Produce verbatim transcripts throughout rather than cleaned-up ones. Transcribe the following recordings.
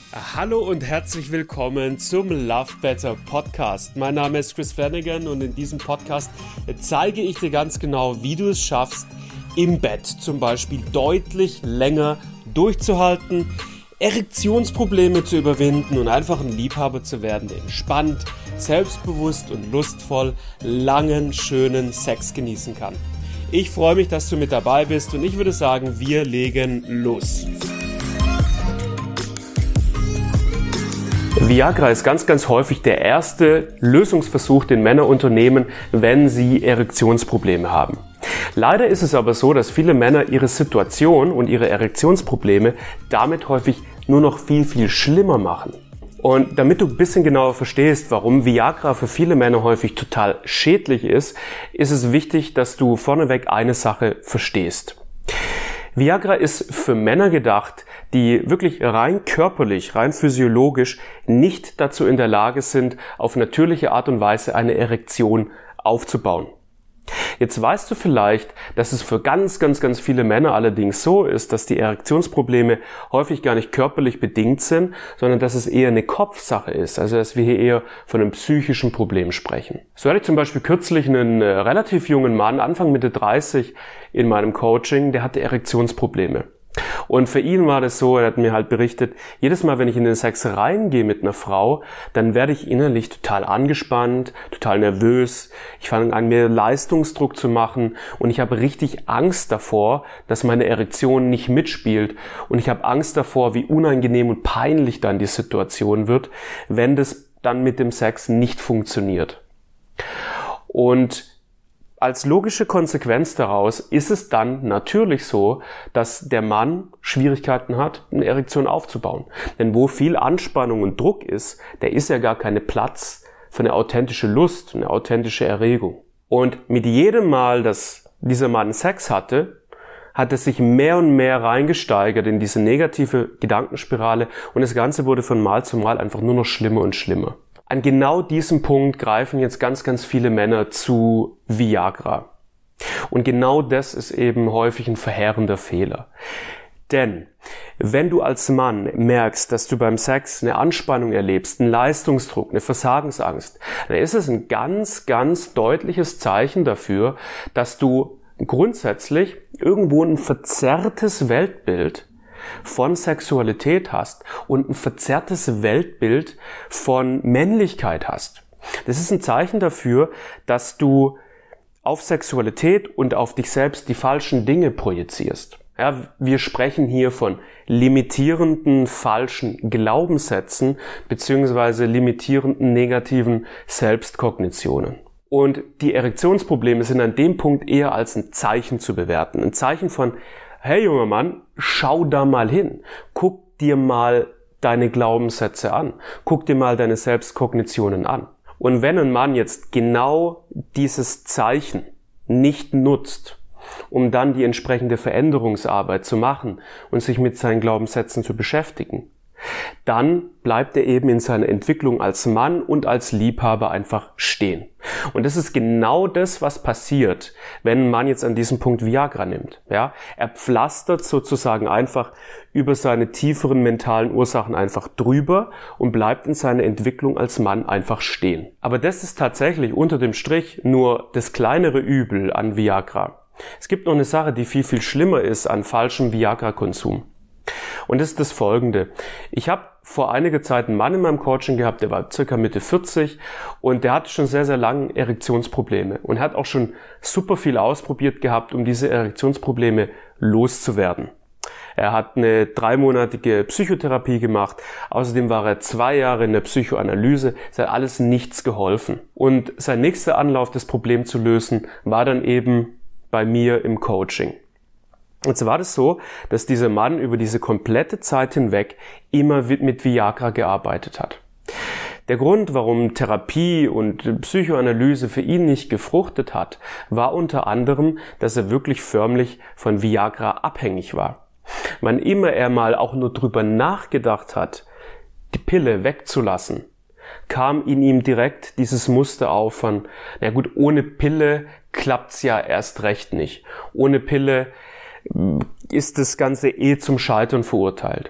Hallo und herzlich willkommen zum Love Better Podcast. Mein Name ist Chris Flanagan und in diesem Podcast zeige ich dir ganz genau, wie du es schaffst, im Bett zum Beispiel deutlich länger durchzuhalten, Erektionsprobleme zu überwinden und einfach ein Liebhaber zu werden, der entspannt, selbstbewusst und lustvoll langen, schönen Sex genießen kann. Ich freue mich, dass du mit dabei bist und ich würde sagen, wir legen los. Viagra ist ganz, ganz häufig der erste Lösungsversuch, den Männer unternehmen, wenn sie Erektionsprobleme haben. Leider ist es aber so, dass viele Männer ihre Situation und ihre Erektionsprobleme damit häufig nur noch viel, viel schlimmer machen. Und damit du ein bisschen genauer verstehst, warum Viagra für viele Männer häufig total schädlich ist, ist es wichtig, dass du vorneweg eine Sache verstehst. Viagra ist für Männer gedacht, die wirklich rein körperlich, rein physiologisch nicht dazu in der Lage sind, auf natürliche Art und Weise eine Erektion aufzubauen. Jetzt weißt du vielleicht, dass es für ganz, ganz, ganz viele Männer allerdings so ist, dass die Erektionsprobleme häufig gar nicht körperlich bedingt sind, sondern dass es eher eine Kopfsache ist, also dass wir hier eher von einem psychischen Problem sprechen. So hatte ich zum Beispiel kürzlich einen äh, relativ jungen Mann, Anfang Mitte dreißig, in meinem Coaching, der hatte Erektionsprobleme. Und für ihn war das so, er hat mir halt berichtet, jedes Mal, wenn ich in den Sex reingehe mit einer Frau, dann werde ich innerlich total angespannt, total nervös. Ich fange an, mir Leistungsdruck zu machen und ich habe richtig Angst davor, dass meine Erektion nicht mitspielt. Und ich habe Angst davor, wie unangenehm und peinlich dann die Situation wird, wenn das dann mit dem Sex nicht funktioniert. Und als logische Konsequenz daraus ist es dann natürlich so, dass der Mann Schwierigkeiten hat, eine Erektion aufzubauen. Denn wo viel Anspannung und Druck ist, der ist ja gar kein Platz für eine authentische Lust, eine authentische Erregung. Und mit jedem Mal, dass dieser Mann Sex hatte, hat er sich mehr und mehr reingesteigert in diese negative Gedankenspirale und das Ganze wurde von Mal zu Mal einfach nur noch schlimmer und schlimmer. An genau diesem Punkt greifen jetzt ganz, ganz viele Männer zu Viagra. Und genau das ist eben häufig ein verheerender Fehler. Denn wenn du als Mann merkst, dass du beim Sex eine Anspannung erlebst, einen Leistungsdruck, eine Versagensangst, dann ist es ein ganz, ganz deutliches Zeichen dafür, dass du grundsätzlich irgendwo ein verzerrtes Weltbild von Sexualität hast und ein verzerrtes Weltbild von Männlichkeit hast. Das ist ein Zeichen dafür, dass du auf Sexualität und auf dich selbst die falschen Dinge projizierst. Ja, wir sprechen hier von limitierenden, falschen Glaubenssätzen beziehungsweise limitierenden, negativen Selbstkognitionen. Und die Erektionsprobleme sind an dem Punkt eher als ein Zeichen zu bewerten. Ein Zeichen von: Hey junger Mann, schau da mal hin. Guck dir mal deine Glaubenssätze an. Guck dir mal deine Selbstkognitionen an. Und wenn ein Mann jetzt genau dieses Zeichen nicht nutzt, um dann die entsprechende Veränderungsarbeit zu machen und sich mit seinen Glaubenssätzen zu beschäftigen, dann bleibt er eben in seiner Entwicklung als Mann und als Liebhaber einfach stehen. Und das ist genau das, was passiert, wenn ein Mann jetzt an diesem Punkt Viagra nimmt. Ja, er pflastert sozusagen einfach über seine tieferen mentalen Ursachen einfach drüber und bleibt in seiner Entwicklung als Mann einfach stehen. Aber das ist tatsächlich unter dem Strich nur das kleinere Übel an Viagra. Es gibt noch eine Sache, die viel, viel schlimmer ist an falschem Viagra-Konsum. Und das ist das Folgende. Ich habe vor einiger Zeit einen Mann in meinem Coaching gehabt, der war circa Mitte vierzig und der hatte schon sehr, sehr lange Erektionsprobleme und hat auch schon super viel ausprobiert gehabt, um diese Erektionsprobleme loszuwerden. Er hat eine dreimonatige Psychotherapie gemacht, außerdem war er zwei Jahre in der Psychoanalyse, es hat alles nichts geholfen. Und sein nächster Anlauf, das Problem zu lösen, war dann eben bei mir im Coaching. Und so war das so, dass dieser Mann über diese komplette Zeit hinweg immer mit Viagra gearbeitet hat. Der Grund, warum Therapie und Psychoanalyse für ihn nicht gefruchtet hat, war unter anderem, dass er wirklich förmlich von Viagra abhängig war. Wann immer er mal auch nur drüber nachgedacht hat, die Pille wegzulassen, kam in ihm direkt dieses Muster auf von, na gut, ohne Pille klappt's ja erst recht nicht. Ohne Pille ist das Ganze eh zum Scheitern verurteilt.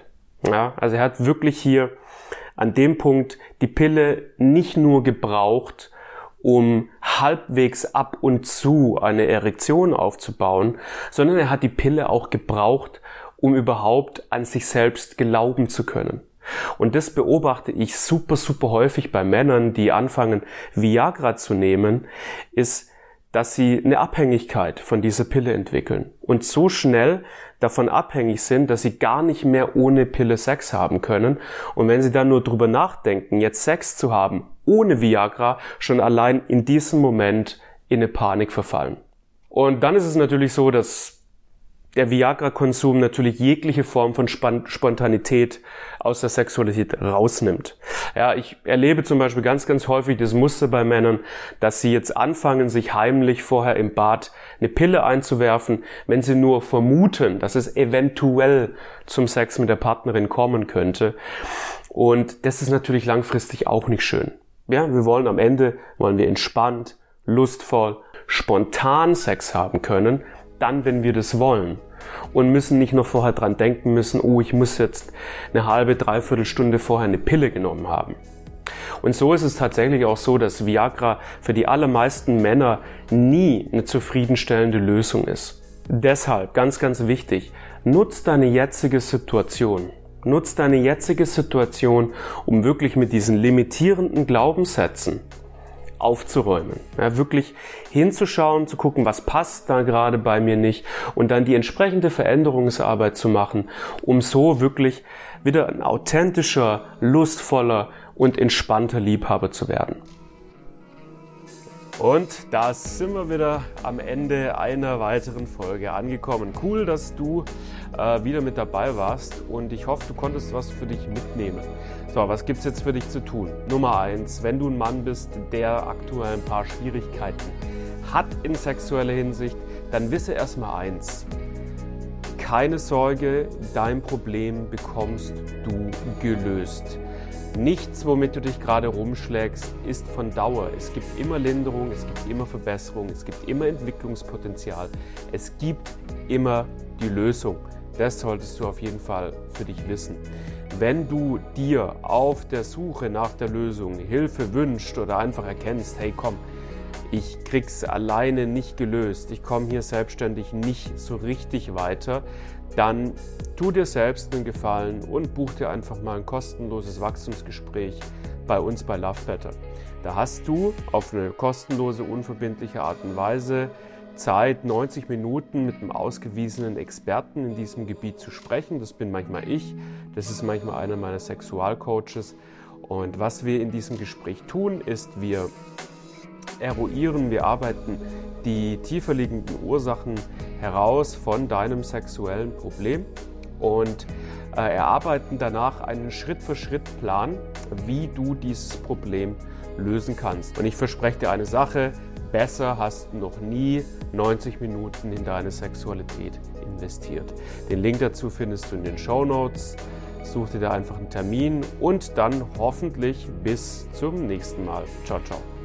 Ja, also er hat wirklich hier an dem Punkt die Pille nicht nur gebraucht, um halbwegs ab und zu eine Erektion aufzubauen, sondern er hat die Pille auch gebraucht, um überhaupt an sich selbst glauben zu können. Und das beobachte ich super, super häufig bei Männern, die anfangen, Viagra zu nehmen, ist, dass sie eine Abhängigkeit von dieser Pille entwickeln und so schnell davon abhängig sind, dass sie gar nicht mehr ohne Pille Sex haben können. Und wenn sie dann nur drüber nachdenken, jetzt Sex zu haben, ohne Viagra, schon allein in diesem Moment in eine Panik verfallen. Und dann ist es natürlich so, dass der Viagra-Konsum natürlich jegliche Form von Spontanität aus der Sexualität rausnimmt. Ja, ich erlebe zum Beispiel ganz, ganz häufig das Muster bei Männern, dass sie jetzt anfangen, sich heimlich vorher im Bad eine Pille einzuwerfen, wenn sie nur vermuten, dass es eventuell zum Sex mit der Partnerin kommen könnte. Und das ist natürlich langfristig auch nicht schön. Ja, wir wollen am Ende, wollen wir entspannt, lustvoll, spontan Sex haben können, dann, wenn wir das wollen, und müssen nicht noch vorher dran denken müssen, oh, ich muss jetzt eine halbe, dreiviertel Stunde vorher eine Pille genommen haben. Und so ist es tatsächlich auch so, dass Viagra für die allermeisten Männer nie eine zufriedenstellende Lösung ist. Deshalb, ganz, ganz wichtig, nutz deine jetzige Situation. Nutz deine jetzige Situation, um wirklich mit diesen limitierenden Glaubenssätzen aufzuräumen. Ja, wirklich hinzuschauen, zu gucken, was passt da gerade bei mir nicht und dann die entsprechende Veränderungsarbeit zu machen, um so wirklich wieder ein authentischer, lustvoller und entspannter Liebhaber zu werden. Und da sind wir wieder am Ende einer weiteren Folge angekommen. Cool, dass du äh, wieder mit dabei warst und ich hoffe, du konntest was für dich mitnehmen. So, was gibt's jetzt für dich zu tun? Nummer eins, wenn du ein Mann bist, der aktuell ein paar Schwierigkeiten hat in sexueller Hinsicht, dann wisse erstmal eins. Keine Sorge, dein Problem bekommst du gelöst. Nichts, womit du dich gerade rumschlägst, ist von Dauer. Es gibt immer Linderung, es gibt immer Verbesserung, es gibt immer Entwicklungspotenzial. Es gibt immer die Lösung. Das solltest du auf jeden Fall für dich wissen. Wenn du dir auf der Suche nach der Lösung Hilfe wünschst oder einfach erkennst, hey komm, ich krieg's alleine nicht gelöst, ich komme hier selbstständig nicht so richtig weiter, dann tu dir selbst einen Gefallen und buch dir einfach mal ein kostenloses Wachstumsgespräch bei uns bei Love Better. Da hast du auf eine kostenlose, unverbindliche Art und Weise Zeit, neunzig Minuten mit einem ausgewiesenen Experten in diesem Gebiet zu sprechen. Das bin manchmal ich, das ist manchmal einer meiner Sexualcoaches. Und was wir in diesem Gespräch tun, ist, wir eruieren, wir arbeiten die tiefer liegenden Ursachen heraus von deinem sexuellen Problem und äh, erarbeiten danach einen Schritt-für-Schritt-Plan, wie du dieses Problem lösen kannst. Und ich verspreche dir eine Sache, besser hast du noch nie neunzig Minuten in deine Sexualität investiert. Den Link dazu findest du in den Shownotes. Such dir da einfach einen Termin und dann hoffentlich bis zum nächsten Mal. Ciao, ciao.